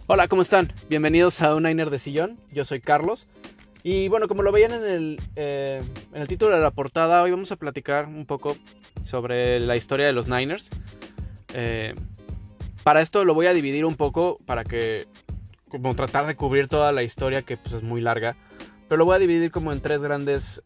Hola, ¿cómo están? Bienvenidos a Un Niner de Sillón. Yo soy Carlos. Y bueno, como lo veían en el título de la portada, hoy vamos a platicar un poco sobre la historia de los Niners. Eh, para esto lo voy a dividir un poco para que, como tratar de cubrir toda la historia, que pues es muy larga. Pero lo voy a dividir como en tres grandes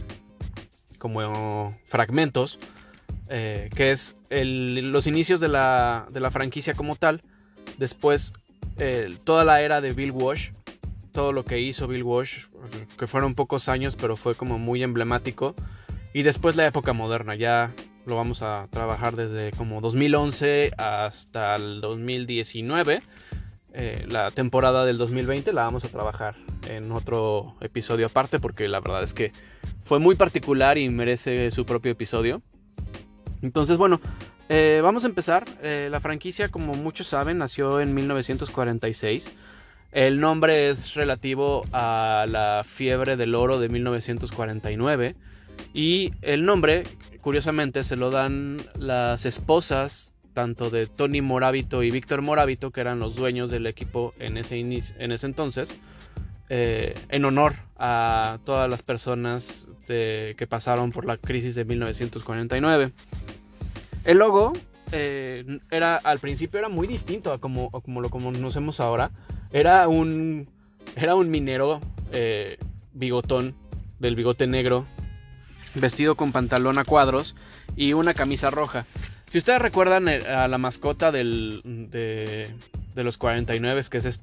como fragmentos. Que es los inicios de la franquicia como tal. Después toda la era de Bill Walsh, todo lo que hizo Bill Walsh, que fueron pocos años, pero fue como muy emblemático. Y después la época moderna, ya lo vamos a trabajar desde como 2011 hasta el 2019. La temporada del 2020 la vamos a trabajar en otro episodio aparte, porque la verdad es que fue muy particular y merece su propio episodio. Entonces, bueno, vamos a empezar. La franquicia, como muchos saben, nació en 1946. El nombre es relativo a la fiebre del oro de 1949. Y el nombre, curiosamente, se lo dan las esposas tanto de Tony Moravito y Víctor Moravito, que eran los dueños del equipo en ese entonces, en honor a todas las personas que pasaron por la crisis de 1949. El logo al principio era muy distinto a como lo conocemos ahora. Era un minero bigotón, del bigote negro, vestido con pantalón a cuadros y una camisa roja. Si ustedes recuerdan a la mascota de los 49, que es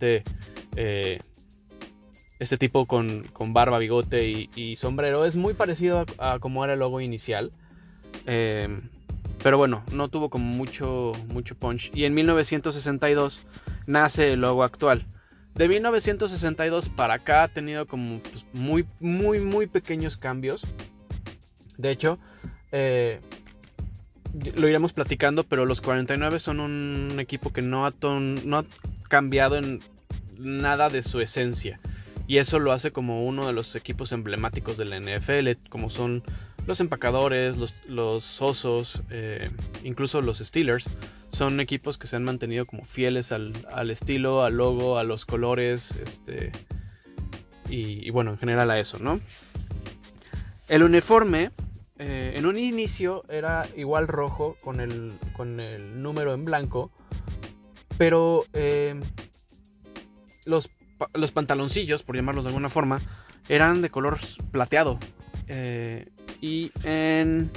este tipo con barba, bigote y sombrero, es muy parecido a como era el logo inicial. Pero bueno, no tuvo como mucho punch. Y en 1962 nace el logo actual. De 1962 para acá ha tenido como pues, muy pequeños cambios. De hecho, lo iremos platicando, pero los 49 son un equipo que no ha cambiado en nada de su esencia. Y eso lo hace como uno de los equipos emblemáticos de la NFL, como son los empacadores, los osos, incluso los Steelers. Son equipos que se han mantenido como fieles al estilo, al logo, a los colores, y bueno, en general a eso, ¿no? El uniforme, en un inicio era igual rojo con el número en blanco, pero los pantaloncillos, por llamarlos de alguna forma, eran de color plateado. Y en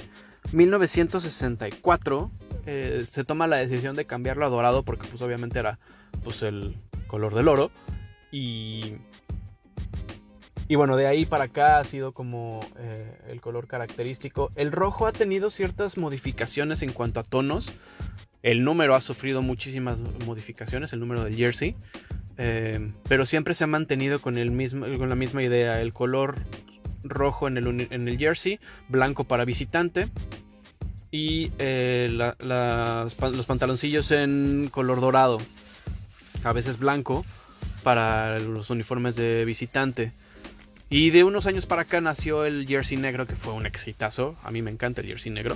1964 se toma la decisión de cambiarlo a dorado, porque pues obviamente era pues el color del oro. Y bueno, de ahí para acá ha sido como el color característico. El rojo ha tenido ciertas modificaciones en cuanto a tonos. El número ha sufrido muchísimas modificaciones, el número del jersey. Pero siempre se ha mantenido con la misma idea. El color rojo en el jersey, blanco para visitante. Y los pantaloncillos en color dorado, a veces blanco, para los uniformes de visitante. Y de unos años para acá nació el jersey negro, que fue un exitazo. A mí me encanta el jersey negro.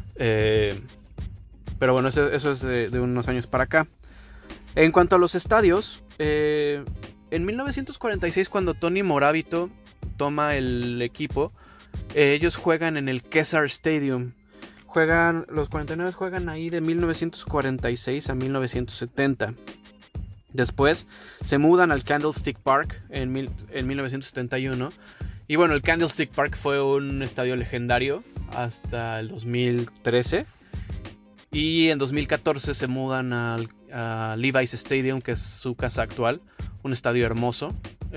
Pero bueno, eso es de unos años para acá. En cuanto a los estadios, en 1946, cuando Tony Moravito toma el equipo, ellos juegan en el Kezar Stadium. Los 49 juegan ahí de 1946 a 1970. Después se mudan al Candlestick Park en 1971. Y bueno, el Candlestick Park fue un estadio legendario hasta el 2013. Y en 2014 se mudan a Levi's Stadium, que es su casa actual. Un estadio hermoso,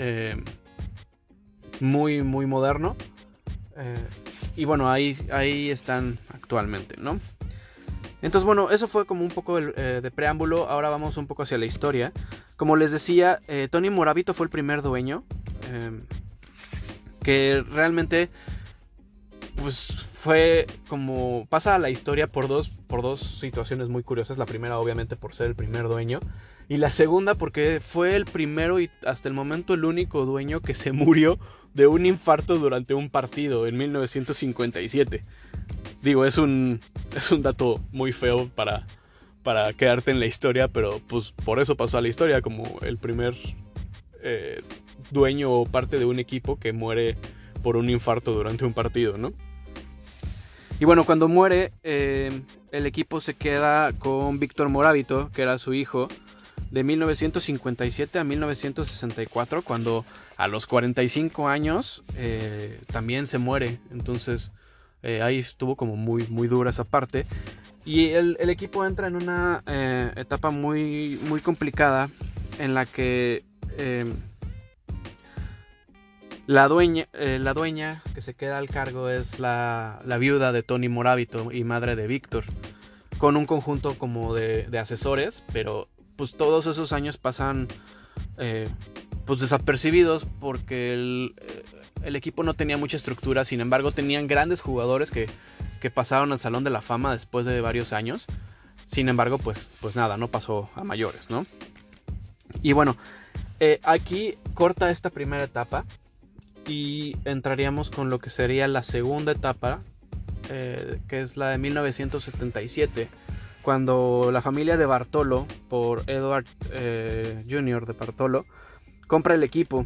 muy moderno. Y bueno, ahí están actualmente, ¿no? Entonces, bueno, eso fue como un poco de preámbulo. Ahora vamos un poco hacia la historia. Como les decía, Tony Moravito fue el primer dueño, que realmente pues fue como pasa a la historia por dos situaciones muy curiosas. La primera, obviamente, por ser el primer dueño, y la segunda porque fue el primero y hasta el momento el único dueño que se murió de un infarto durante un partido en 1957. Digo, es un dato muy feo para quedarte en la historia, pero pues por eso pasó a la historia, como el primer dueño o parte de un equipo que muere por un infarto durante un partido, ¿no? Y bueno, cuando muere, el equipo se queda con Víctor Moravito, que era su hijo, de 1957 a 1964, cuando a los 45 años también se muere. Entonces ahí estuvo como muy, muy dura esa parte. Y el equipo entra en una etapa muy, muy complicada en la que la dueña que se queda al cargo es la viuda de Tony Moravito y madre de Víctor, con un conjunto como de asesores, pero pues todos esos años pasan pues desapercibidos porque el equipo no tenía mucha estructura. Sin embargo, tenían grandes jugadores que pasaron al Salón de la Fama después de varios años. Sin embargo, pues nada, no pasó a mayores, ¿no? Y bueno, aquí corta esta primera etapa y entraríamos con lo que sería la segunda etapa, que es la de 1977, cuando la familia de Bartolo, por Edward Jr. de Bartolo, compra el equipo.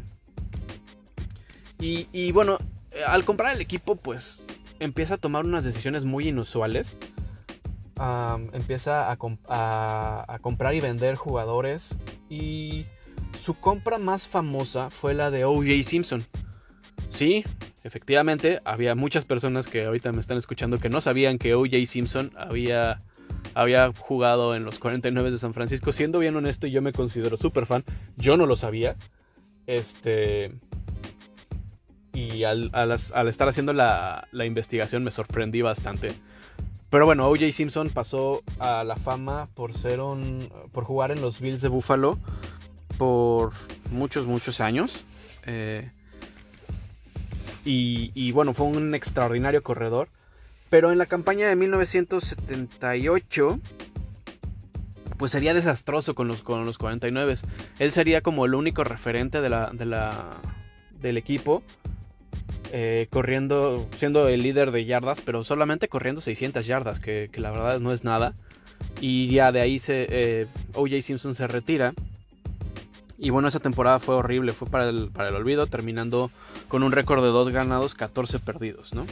Y bueno, al comprar el equipo, pues empieza a tomar unas decisiones muy inusuales. Empieza a comprar y vender jugadores. Y su compra más famosa fue la de O.J. Simpson. Sí, efectivamente, había muchas personas que ahorita me están escuchando que no sabían que O.J. Simpson había jugado en los 49 de San Francisco. Siendo bien honesto, yo me considero súper fan. Yo no lo sabía. Y al estar haciendo la investigación me sorprendí bastante. Pero bueno, O.J. Simpson pasó a la fama por jugar en los Bills de Buffalo por muchos años. Y bueno, fue un extraordinario corredor. Pero en la campaña de 1978, pues sería desastroso con los 49. Él sería como el único referente del equipo. Corriendo, siendo el líder de yardas, pero solamente corriendo 600 yardas, que la verdad no es nada. Y ya de ahí O.J. Simpson se retira. Y bueno, esa temporada fue horrible, fue para el olvido, terminando con un récord de 2 ganados, 14 perdidos, ¿no?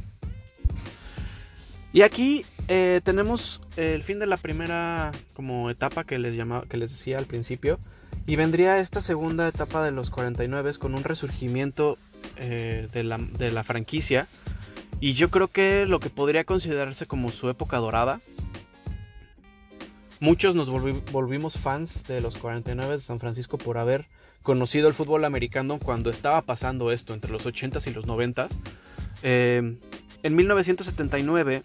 Y aquí tenemos el fin de la primera como etapa que les decía al principio. Y vendría esta segunda etapa de los 49 con un resurgimiento de la franquicia. Y yo creo que lo que podría considerarse como su época dorada. Muchos nos volvimos fans de los 49 de San Francisco por haber conocido el fútbol americano cuando estaba pasando esto, entre los 80s y los 90s. En 1978,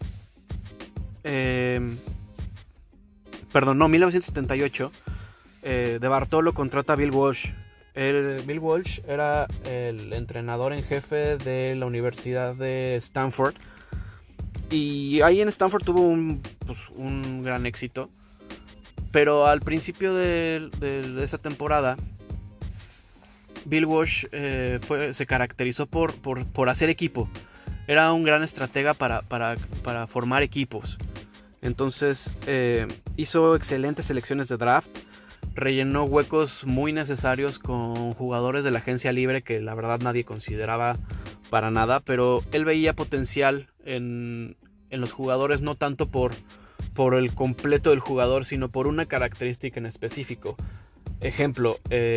de Bartolo contrata a Bill Walsh. Bill Walsh era el entrenador en jefe de la Universidad de Stanford. Y ahí en Stanford tuvo un gran éxito. Pero al principio de esa temporada, Bill Walsh se caracterizó por hacer equipo. Era un gran estratega para formar equipos. Entonces hizo excelentes selecciones de draft. Rellenó huecos muy necesarios con jugadores de la agencia libre que la verdad nadie consideraba para nada. Pero él veía potencial en los jugadores, no tanto por el completo del jugador, sino por una característica en específico. Ejemplo,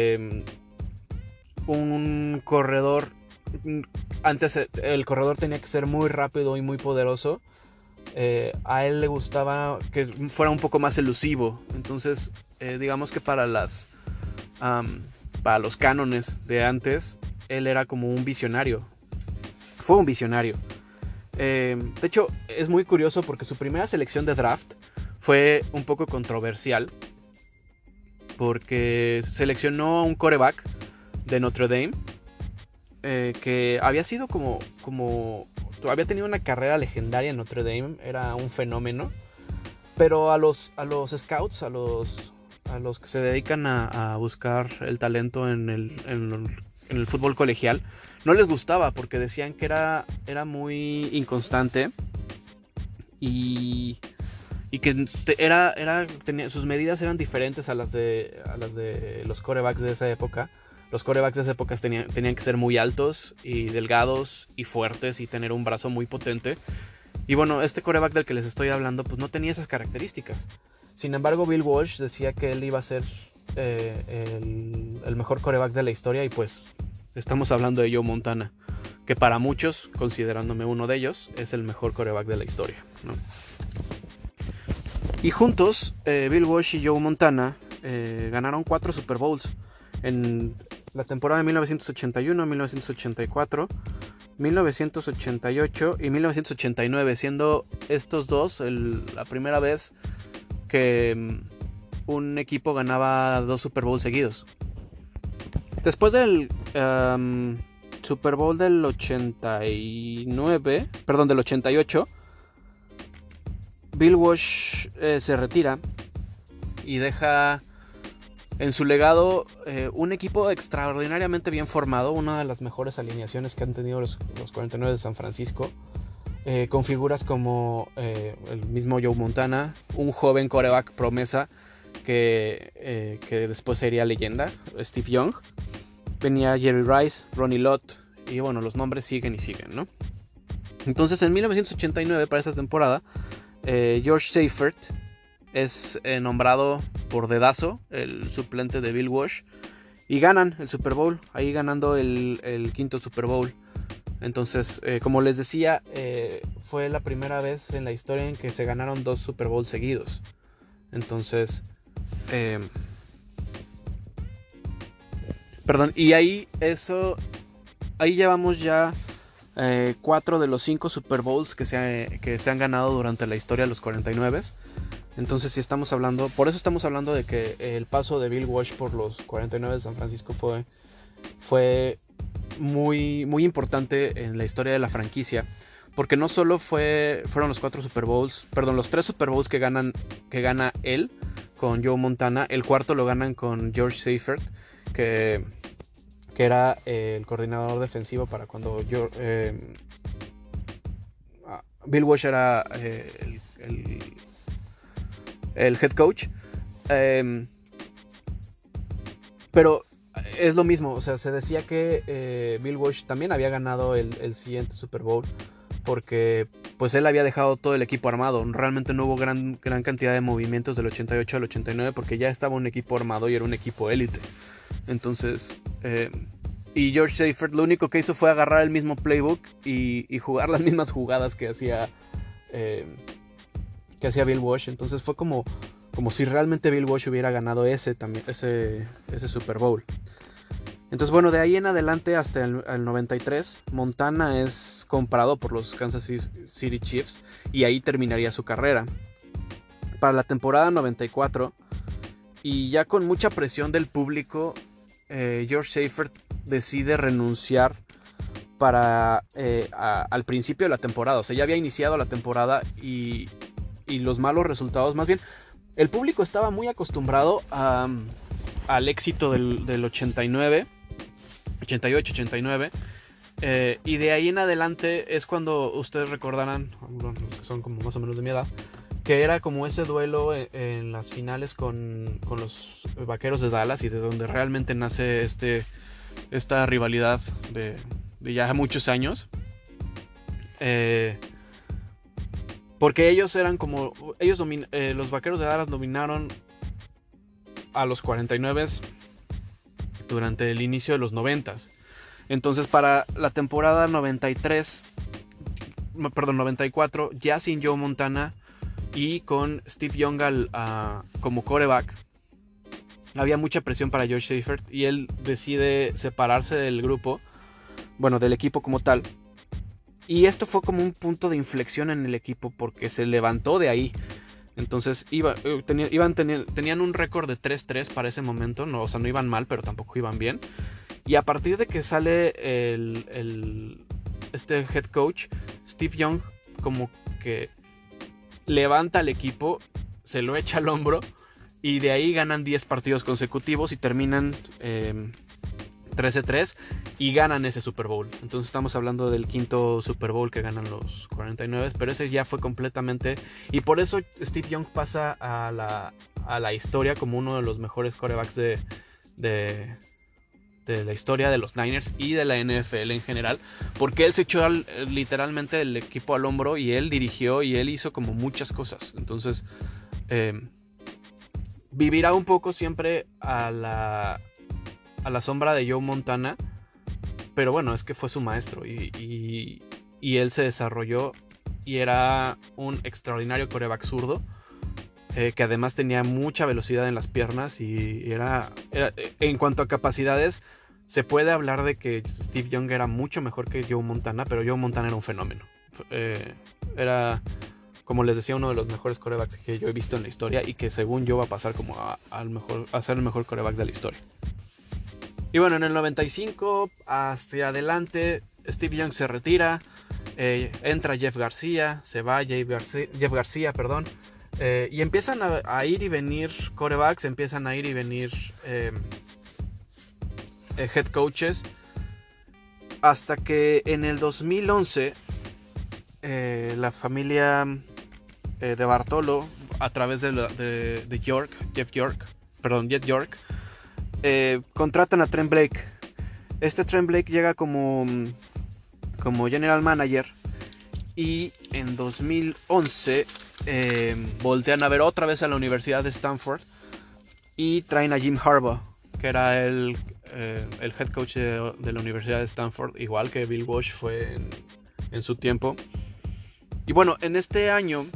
un corredor. Antes el corredor tenía que ser muy rápido y muy poderoso. A él le gustaba que fuera un poco más elusivo. Entonces, digamos que para los cánones de antes, él era como un visionario. Fue un visionario. De hecho, es muy curioso porque su primera selección de draft fue un poco controversial. Porque seleccionó a un quarterback de Notre Dame. Que había sido había tenido una carrera legendaria en Notre Dame. Era un fenómeno. Pero a los scouts, a los que se dedican a buscar el talento en el fútbol colegial, no les gustaba porque decían que era muy inconstante y y que sus medidas eran diferentes a las de los quarterbacks de esa época. Los quarterbacks de esa época tenían que ser muy altos y delgados y fuertes y tener un brazo muy potente. Y bueno, este quarterback del que les estoy hablando pues no tenía esas características. Sin embargo, Bill Walsh decía que él iba a ser el mejor quarterback de la historia, y pues estamos hablando de Joe Montana, que para muchos, considerándome uno de ellos, es el mejor quarterback de la historia, ¿no? Y juntos, Bill Walsh y Joe Montana ganaron 4 Super Bowls en la temporada de 1981, 1984, 1988 y 1989, siendo estos dos la primera vez que un equipo ganaba 2 Super Bowls seguidos. Después del Super Bowl del 88, Bill Walsh se retira y deja en su legado un equipo extraordinariamente bien formado, una de las mejores alineaciones que han tenido los 49 de San Francisco, con figuras como el mismo Joe Montana, un joven quarterback promesa que después sería leyenda, Steve Young. Venía Jerry Rice, Ronnie Lott, y bueno, los nombres siguen y siguen, ¿no? Entonces en 1989, para esta temporada, George Seifert es nombrado por dedazo el suplente de Bill Walsh, y ganan el Super Bowl, ahí ganando el 5º Super Bowl. Entonces, como les decía, fue la primera vez en la historia en que se ganaron 2 Super Bowls seguidos. Entonces, y ahí llevamos ya 4 de los 5 Super Bowls que se han ganado durante la historia de los 49. Entonces por eso estamos hablando de que el paso de Bill Walsh por los 49 de San Francisco fue muy, muy importante en la historia de la franquicia, porque no solo fueron los 3 Super Bowls que gana él con Joe Montana. El cuarto lo ganan con George Seifert, que era el coordinador defensivo para cuando Bill Walsh era el head coach. Pero es lo mismo, o sea, se decía que Bill Walsh también había ganado el siguiente Super Bowl porque pues él había dejado todo el equipo armado. Realmente no hubo gran cantidad de movimientos del 88 al 89 porque ya estaba un equipo armado y era un equipo élite. Entonces, y George Seifert lo único que hizo fue agarrar el mismo playbook y jugar las mismas jugadas que hacía Bill Walsh. Entonces fue como si realmente Bill Walsh hubiera ganado ese Super Bowl. Entonces, bueno, de ahí en adelante hasta el 93, Montana es comprado por los Kansas City Chiefs y ahí terminaría su carrera. Para la temporada 94, y ya con mucha presión del público, George Seifert decide renunciar al principio de la temporada. O sea, ya había iniciado la temporada y los malos resultados, más bien, el público estaba muy acostumbrado al éxito del 88, 89. Y de ahí en adelante es cuando ustedes recordarán, los que son como más o menos de mi edad, que era como ese duelo en las finales con los Vaqueros de Dallas, y de donde realmente nace esta rivalidad de ya muchos años. Porque ellos eran los Vaqueros de Dallas dominaron a los 49 durante el inicio de los 90. Entonces, para la temporada 94, ya sin Joe Montana y con Steve Young como quarterback, había mucha presión para George Seifert y él decide separarse del grupo, bueno, del equipo como tal. Y esto fue como un punto de inflexión en el equipo porque se levantó de ahí. Entonces tenían un récord de 3-3 para ese momento, no, o sea, no iban mal, pero tampoco iban bien. Y a partir de que sale este head coach, Steve Young como que levanta al equipo, se lo echa al hombro, y de ahí ganan 10 partidos consecutivos y terminan 13-3 y ganan ese Super Bowl. Entonces estamos hablando del quinto Super Bowl que ganan los 49, pero ese ya fue completamente... Y por eso Steve Young pasa a la historia como uno de los mejores quarterbacks de la historia de los Niners y de la NFL en general, porque él se echó literalmente el equipo al hombro y él dirigió y él hizo como muchas cosas. Entonces vivirá un poco siempre a la sombra de Joe Montana, pero bueno, es que fue su maestro y él se desarrolló y era un extraordinario quarterback zurdo, que además tenía mucha velocidad en las piernas y era en cuanto a capacidades, se puede hablar de que Steve Young era mucho mejor que Joe Montana, pero Joe Montana era un fenómeno. Era, como les decía, uno de los mejores quarterbacks que yo he visto en la historia y que según yo va a pasar como a ser el mejor quarterback de la historia. Y bueno, en el 95 hacia adelante, Steve Young se retira, entra Jeff García, se va Jeff García, perdón. Y empiezan a ir y venir quarterbacks, empiezan a ir y venir head coaches, hasta que en el 2011 la familia de Bartolo, a través de Jet York, contratan a Trent Blake. Este Trent Blake llega como general manager y en 2011 voltean a ver otra vez a la Universidad de Stanford y traen a Jim Harbaugh, que era el head coach de la Universidad de Stanford, igual que Bill Walsh fue en su tiempo. Y bueno, en este año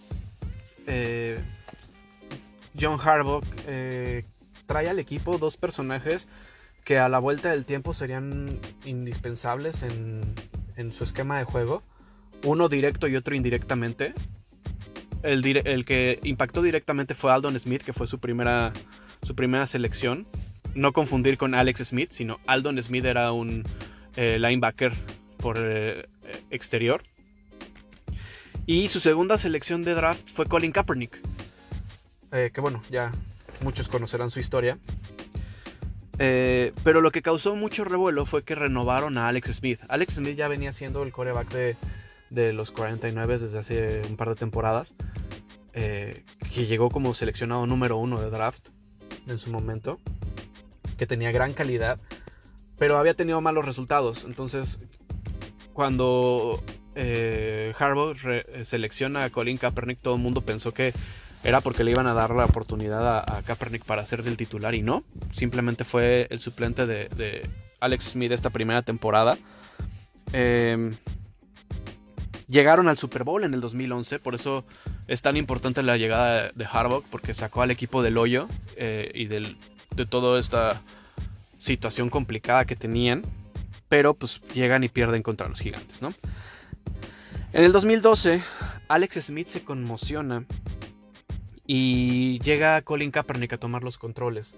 John Harbaugh trae al equipo dos personajes que a la vuelta del tiempo serían indispensables en su esquema de juego, uno directo y otro indirectamente. El que impactó directamente fue Aldon Smith, que fue su primera selección. No confundir con Alex Smith, sino Aldon Smith era un linebacker por exterior. Y su segunda selección de draft fue Colin Kaepernick, que bueno, ya muchos conocerán su historia. Pero lo que causó mucho revuelo fue que renovaron a Alex Smith. Alex Smith ya venía siendo el quarterback de los 49 desde hace un par de temporadas, que llegó como seleccionado número 1 de draft en su momento, que tenía gran calidad, pero había tenido malos resultados. Entonces, cuando Harbaugh selecciona a Colin Kaepernick, todo el mundo pensó que era porque le iban a dar la oportunidad a Kaepernick para ser el titular, y no, simplemente fue el suplente de Alex Smith esta primera temporada. Llegaron al Super Bowl en el 2011, por eso es tan importante la llegada de Harbaugh, porque sacó al equipo del hoyo y de toda esta situación complicada que tenían, pero pues llegan y pierden contra los Gigantes, ¿no? En el 2012, Alex Smith se conmociona y llega Colin Kaepernick a tomar los controles.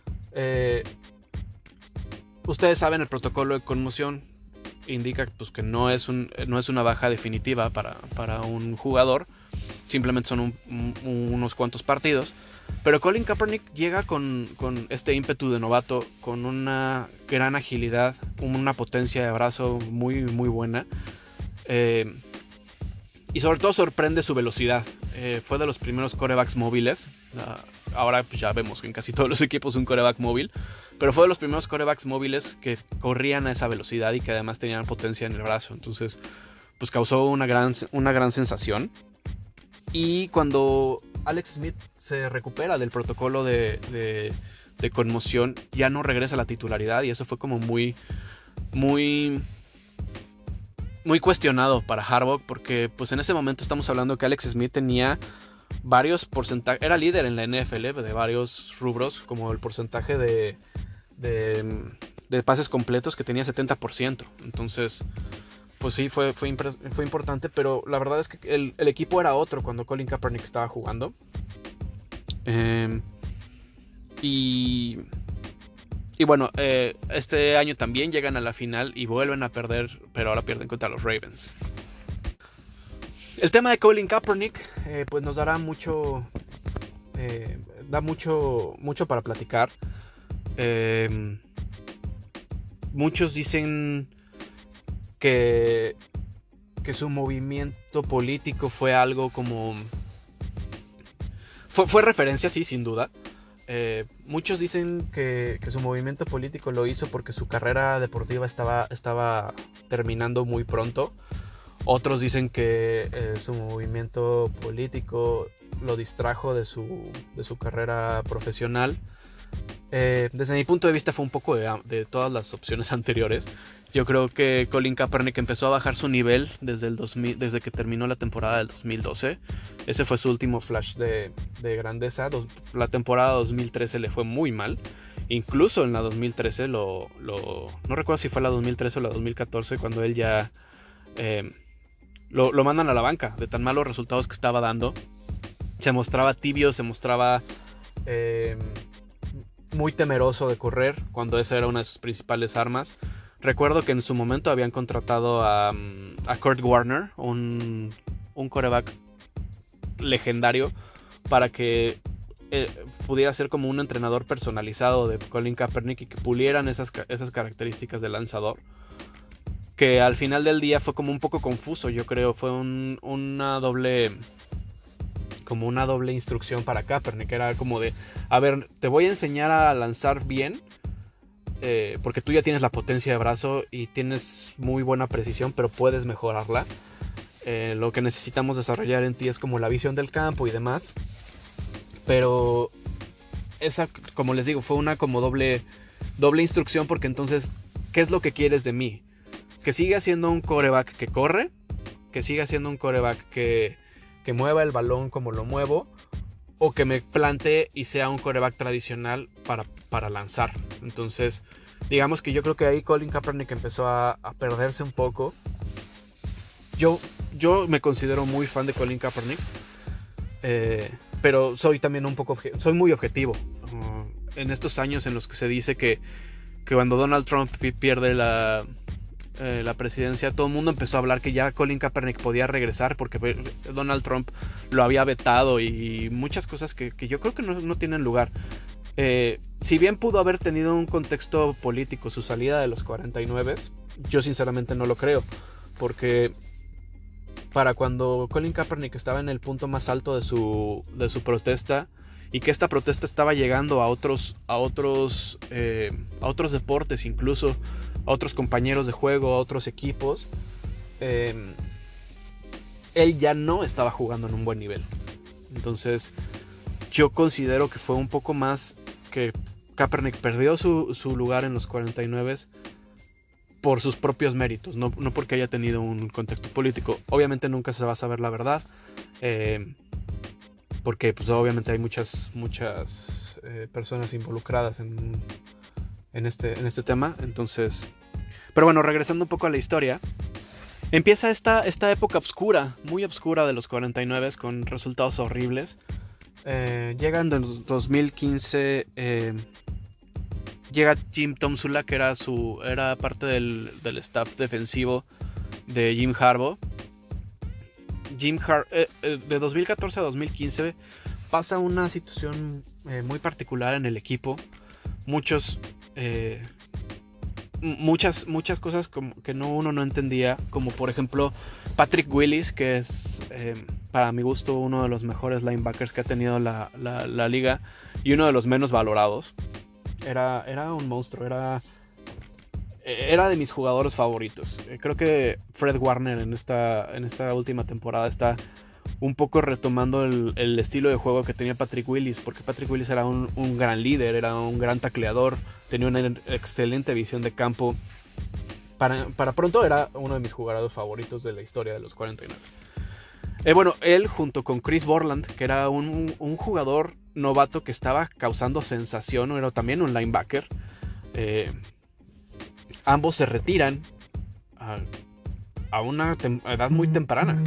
Ustedes saben, el protocolo de conmoción indica pues, que no es una baja definitiva para un jugador, simplemente son unos cuantos partidos. Pero Colin Kaepernick llega con este ímpetu de novato, con una gran agilidad, una potencia de brazo muy, muy buena. Y sobre todo sorprende su velocidad. Fue de los primeros quarterbacks móviles. Ahora pues, ya vemos que en casi todos los equipos un quarterback móvil. Pero fue de los primeros quarterbacks móviles que corrían a esa velocidad y que además tenían potencia en el brazo. Entonces, pues causó una gran sensación. Y cuando Alex Smith se recupera del protocolo de conmoción, ya no regresa a la titularidad. Y eso fue como muy, muy, muy cuestionado para Harbaugh, porque pues en ese momento estamos hablando que Alex Smith tenía varios porcentajes, era líder en la NFL de varios rubros, como el porcentaje de pases completos, que tenía 70%. Entonces, pues sí, fue importante, pero la verdad es que el equipo era otro cuando Colin Kaepernick estaba jugando. Y bueno, este año también llegan a la final y vuelven a perder, pero ahora pierden contra los Ravens. El tema de Colin Kaepernick pues nos dará mucho para platicar. Muchos dicen que su movimiento político fue algo como... Fue referencia, sí, sin duda. Muchos dicen que su movimiento político lo hizo porque su carrera deportiva estaba terminando muy pronto. Otros dicen que su movimiento político lo distrajo de su carrera profesional. Desde mi punto de vista fue un poco de todas las opciones anteriores. Yo creo que Colin Kaepernick empezó a bajar su nivel desde que terminó la temporada del 2012. Ese fue su último flash de grandeza. La temporada 2013 le fue muy mal. Incluso en la 2013 no recuerdo si fue la 2013 o la 2014, cuando él ya lo mandan a la banca de tan malos resultados que estaba dando. Se mostraba tibio, se mostraba muy temeroso de correr, cuando esa era una de sus principales armas. Recuerdo que en su momento habían contratado a Kurt Warner, un quarterback legendario, para que pudiera ser como un entrenador personalizado de Colin Kaepernick y que pulieran esas características de lanzador. Que al final del día fue como un poco confuso, yo creo. Fue una doble instrucción para Kaepernick. Era como de, a ver, te voy a enseñar a lanzar bien, porque tú ya tienes la potencia de brazo y tienes muy buena precisión, pero puedes mejorarla. Lo que necesitamos desarrollar en ti es como la visión del campo y demás. Pero esa, como les digo, fue una como doble instrucción, porque entonces, ¿qué es lo que quieres de mí? Que siga siendo un quarterback que corre, que siga siendo un quarterback que mueva el balón como lo muevo, o que me plantee y sea un quarterback tradicional para lanzar. Entonces, digamos que yo creo que ahí Colin Kaepernick empezó a perderse un poco. Yo me considero muy fan de Colin Kaepernick, pero soy también soy muy objetivo. En estos años en los que se dice que cuando Donald Trump pierde la presidencia, todo el mundo empezó a hablar que ya Colin Kaepernick podía regresar porque Donald Trump lo había vetado y muchas cosas que yo creo que no tienen lugar. Si bien pudo haber tenido un contexto político su salida de los 49, yo sinceramente no lo creo, porque para cuando Colin Kaepernick estaba en el punto más alto de su protesta, y que esta protesta estaba llegando a otros deportes, incluso a otros compañeros de juego, a otros equipos, él ya no estaba jugando en un buen nivel. Entonces yo considero que fue un poco más que Kaepernick perdió su lugar en los 49 por sus propios méritos, no porque haya tenido un contexto político. Obviamente nunca se va a saber la verdad, porque pues obviamente hay muchas personas involucradas en este tema. Entonces, pero bueno, regresando un poco a la historia, empieza esta época oscura, muy oscura de los 49, con resultados horribles. Llegan en 2015, llega Jim Tomsula, que era parte del staff defensivo de Jim Harbaugh. De 2014 a 2015 pasa una situación muy particular en el equipo. Muchas cosas que uno no entendía, como por ejemplo Patrick Willis, que es para mi gusto uno de los mejores linebackers que ha tenido la liga y uno de los menos valorados. Era un monstruo, era de mis jugadores favoritos. Creo que Fred Warner en esta última temporada está un poco retomando el estilo de juego que tenía Patrick Willis, porque Patrick Willis era un gran líder, era un gran tacleador, tenía una excelente visión de campo. Para pronto era uno de mis jugadores favoritos de la historia de los 49. Bueno, él junto con Chris Borland, que era un jugador novato que estaba causando sensación, era también un linebacker. Ambos se retiran a una edad muy temprana.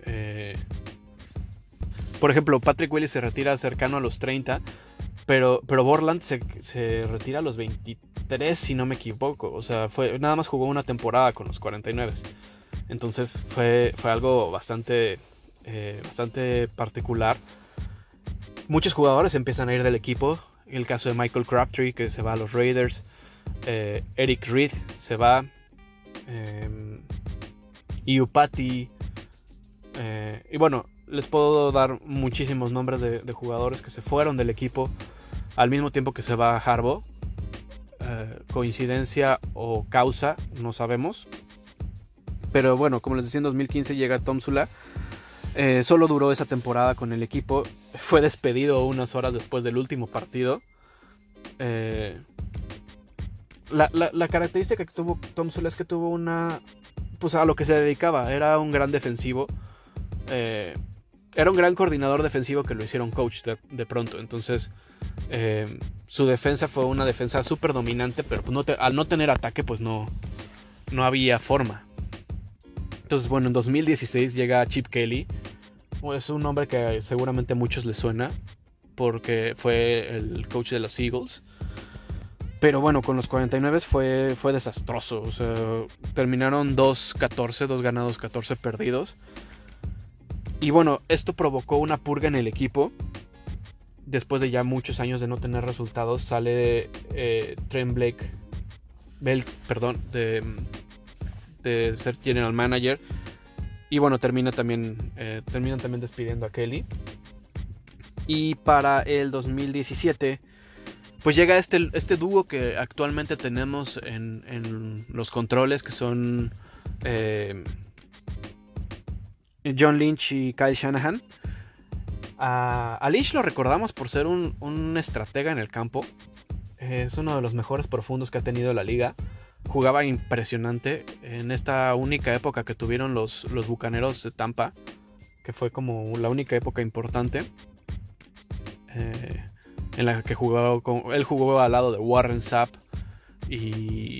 Por ejemplo, Patrick Willis se retira cercano a los 30, pero Borland se retira a los 23, si no me equivoco. O sea, nada más jugó una temporada con los 49. Entonces fue algo bastante particular. Muchos jugadores empiezan a ir del equipo. El caso de Michael Crabtree, que se va a los Raiders. Eric Reid se va. Iupati. Y bueno, les puedo dar muchísimos nombres de jugadores que se fueron del equipo al mismo tiempo que se va Harbaugh. Coincidencia o causa, no sabemos. Pero bueno, como les decía, en 2015 llega Tomsula. Solo duró esa temporada con el equipo. Fue despedido unas horas después del último partido. La característica que tuvo Tomsula es que tuvo una... Pues a lo que se dedicaba. Era un gran defensivo. Era un gran coordinador defensivo que lo hicieron coach de pronto. Entonces su defensa fue una defensa súper dominante. Pero pues al no tener ataque pues no había forma. Entonces bueno, en 2016 llega Chip Kelly. Es un nombre que seguramente a muchos les suena. Porque fue el coach de los Eagles. Pero bueno, con los 49 fue desastroso. O sea, terminaron 2-14, 2 ganados, 14 perdidos. Y bueno, esto provocó una purga en el equipo. Después de ya muchos años de no tener resultados, sale Trent Bell, de ser general manager. Y bueno, terminan también despidiendo a Kelly. Y para el 2017, pues llega este dúo que actualmente tenemos en los controles, que son John Lynch y Kyle Shanahan. A Lynch lo recordamos por ser un estratega en el campo. Es uno de los mejores profundos que ha tenido la liga. Jugaba impresionante en esta única época que tuvieron los Bucaneros de Tampa, que fue como la única época importante en la que él jugó al lado de Warren Sapp y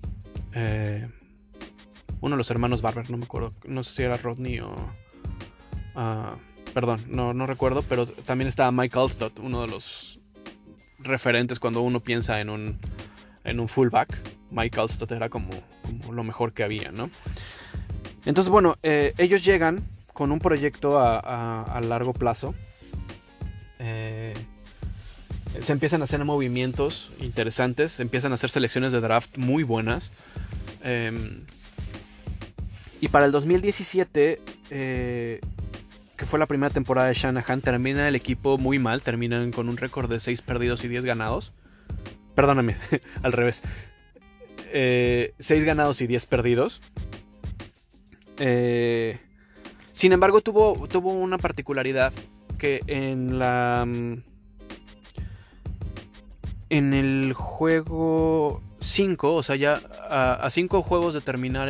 uno de los hermanos Barber, no me acuerdo, no sé si era Rodney o perdón, no recuerdo, pero también estaba Mike Alstott, uno de los referentes cuando uno piensa en un fullback. Mike Alstott era como lo mejor que había, ¿no? Entonces bueno, ellos llegan con un proyecto a largo plazo. Se empiezan a hacer movimientos interesantes, se empiezan a hacer selecciones de draft muy buenas. Y para el 2017, que fue la primera temporada de Shanahan, termina el equipo muy mal. Terminan con un récord de 6 perdidos y 10 ganados. Perdóname, al revés. 6 ganados y 10 perdidos. Sin embargo, tuvo una particularidad que en el juego 5, o sea, ya a 5 juegos de terminar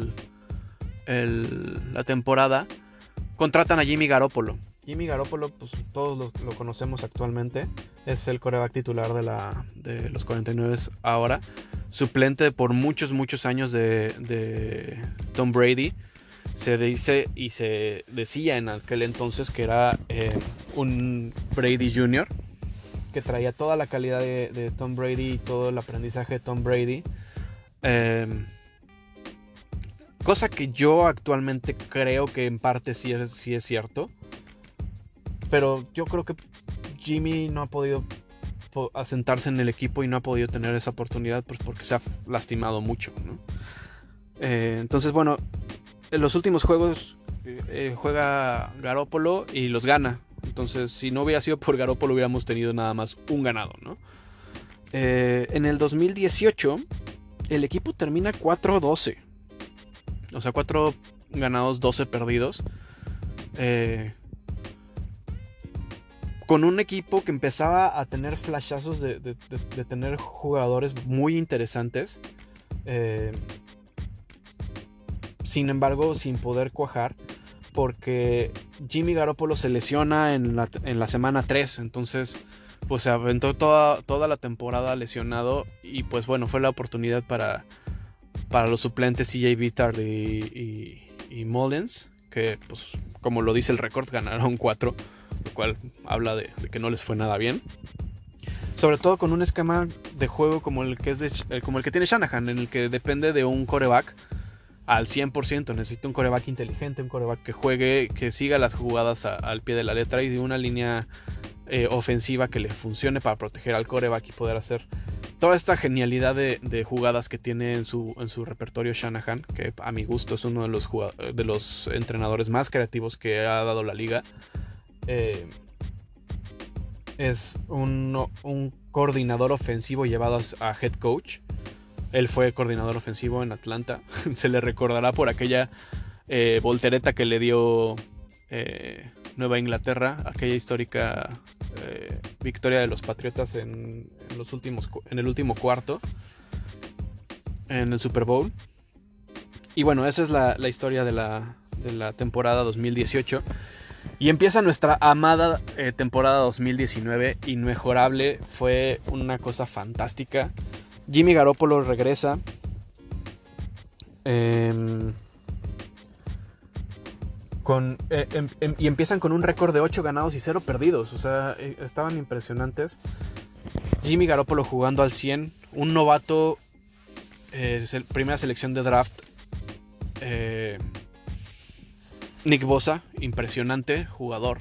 la temporada, contratan a Jimmy Garoppolo. Jimmy Garoppolo, pues todos lo conocemos actualmente. Es el quarterback titular de los 49 ahora. Suplente por muchos años de Tom Brady. Se dice y se decía en aquel entonces que era un Brady Jr., que traía toda la calidad de Tom Brady y todo el aprendizaje de Tom Brady. Cosa que yo actualmente creo que en parte sí es cierto. Pero yo creo que Jimmy no ha podido asentarse en el equipo y no ha podido tener esa oportunidad, pues porque se ha lastimado mucho, ¿no? Entonces, bueno, en los últimos juegos juega Garoppolo y los gana. Entonces, si no hubiera sido por Garoppolo, hubiéramos tenido nada más un ganado, ¿no? En el 2018, el equipo termina 4-12. O sea, 4 ganados, 12 perdidos. Con un equipo que empezaba a tener flashazos de tener jugadores muy interesantes. Sin embargo, sin poder cuajar, porque Jimmy Garoppolo se lesiona en la semana 3. Entonces pues se aventó toda la temporada lesionado. Y pues bueno, fue la oportunidad para los suplentes CJ Beathard y Mullens, que pues como lo dice el récord, ganaron 4, lo cual habla de que no les fue nada bien. Sobre todo con un esquema de juego como el que tiene Shanahan, en el que depende de un quarterback al 100%. Necesita un quarterback inteligente, un quarterback que juegue, que siga las jugadas al pie de la letra, y de una línea ofensiva que le funcione para proteger al quarterback y poder hacer toda esta genialidad de jugadas que tiene en su repertorio Shanahan, que a mi gusto es uno de los entrenadores más creativos que ha dado la liga. Es un coordinador ofensivo llevado a head coach. Él fue coordinador ofensivo en Atlanta. Se le recordará por aquella voltereta que le dio Nueva Inglaterra, aquella histórica victoria de los Patriotas en el último cuarto en el Super Bowl. Y bueno, esa es la historia de la temporada 2018. Y empieza nuestra amada temporada 2019, inmejorable, fue una cosa fantástica. Jimmy Garoppolo regresa. Y empiezan con un récord de 8 ganados y 0 perdidos. O sea, estaban impresionantes. Jimmy Garoppolo jugando al 100. Un novato, primera selección de draft. Nick Bosa, impresionante jugador.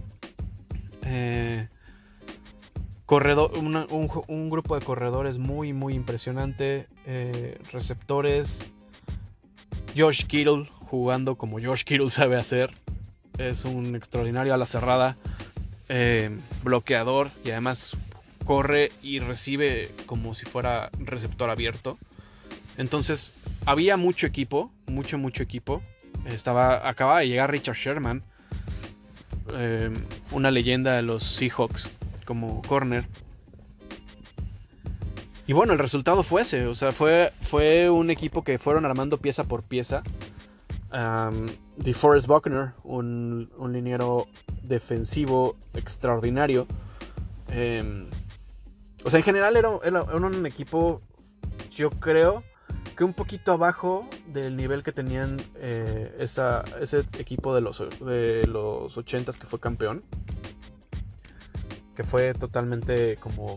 Un grupo de corredores muy, muy impresionante. Receptores. George Kittle jugando como George Kittle sabe hacer. Es un extraordinario a la cerrada. Bloqueador. Y además corre y recibe como si fuera receptor abierto. Entonces había mucho equipo. Mucho equipo. Acababa de llegar Richard Sherman. Una leyenda de los Seahawks como corner. Y bueno, el resultado fue ese. O sea, fue un equipo que fueron armando pieza por pieza. DeForest Buckner, un liniero defensivo extraordinario. O sea, en general era un equipo, yo creo, que un poquito abajo del nivel que tenían ese equipo de los 80s que fue campeón. Que fue totalmente como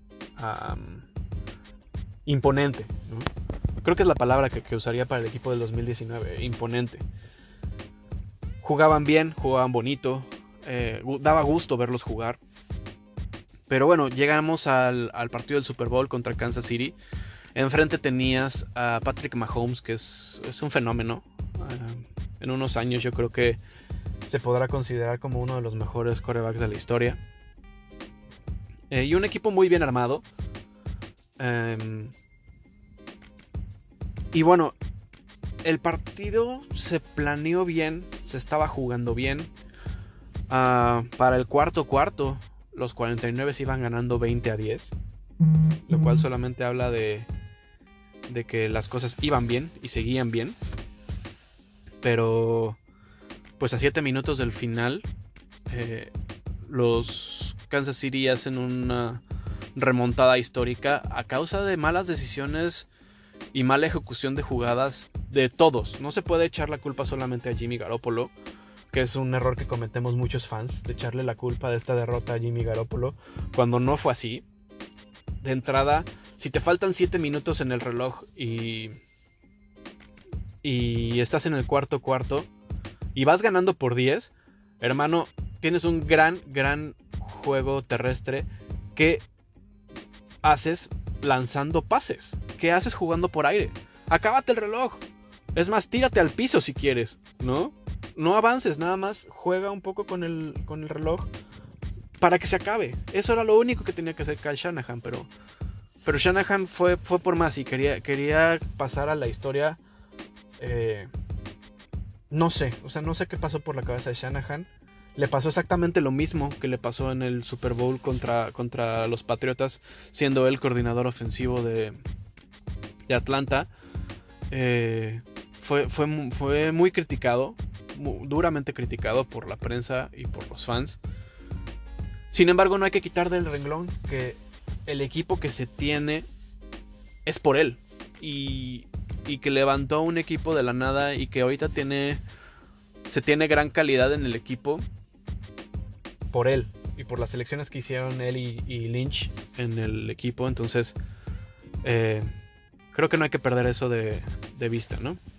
imponente, ¿no? Creo que es la palabra que usaría para el equipo del 2019, imponente. Jugaban bien, jugaban bonito, daba gusto verlos jugar. Pero bueno, llegamos al partido del Super Bowl contra Kansas City. Enfrente tenías a Patrick Mahomes, que es un fenómeno. En unos años yo creo que se podrá considerar como uno de los mejores quarterbacks de la historia. Y un equipo muy bien armado. Y bueno, el partido se planeó bien, se estaba jugando bien. Para el cuarto, los 49 se iban ganando 20-10. Lo cual solamente habla de que las cosas iban bien y seguían bien. Pero pues a 7 minutos del final, los Kansas City hacen una remontada histórica a causa de malas decisiones y mala ejecución de jugadas de todos. No se puede echar la culpa solamente a Jimmy Garoppolo, que es un error que cometemos muchos fans, de echarle la culpa de esta derrota a Jimmy Garoppolo, cuando no fue así. De entrada, si te faltan 7 minutos en el reloj y estás en el cuarto y vas ganando por 10, hermano, tienes un gran juego terrestre. ¿Qué haces lanzando pases? ¿Qué haces jugando por aire? Acábate el reloj. Es más, tírate al piso si quieres, ¿no? No avances, nada más juega un poco con el reloj para que se acabe. Eso era lo único que tenía que hacer Kyle Shanahan, pero Shanahan fue por más y quería pasar a la historia. No sé qué pasó por la cabeza de Shanahan. Le pasó exactamente lo mismo que le pasó en el Super Bowl contra los Patriotas, siendo él coordinador ofensivo de Atlanta. Fue muy criticado, duramente criticado por la prensa y por los fans. Sin embargo, no hay que quitar del renglón que el equipo que se tiene es por él. Y que levantó un equipo de la nada y que ahorita se tiene gran calidad en el equipo por él y por las selecciones que hicieron él y Lynch en el equipo. Entonces creo que no hay que perder eso de vista, ¿no?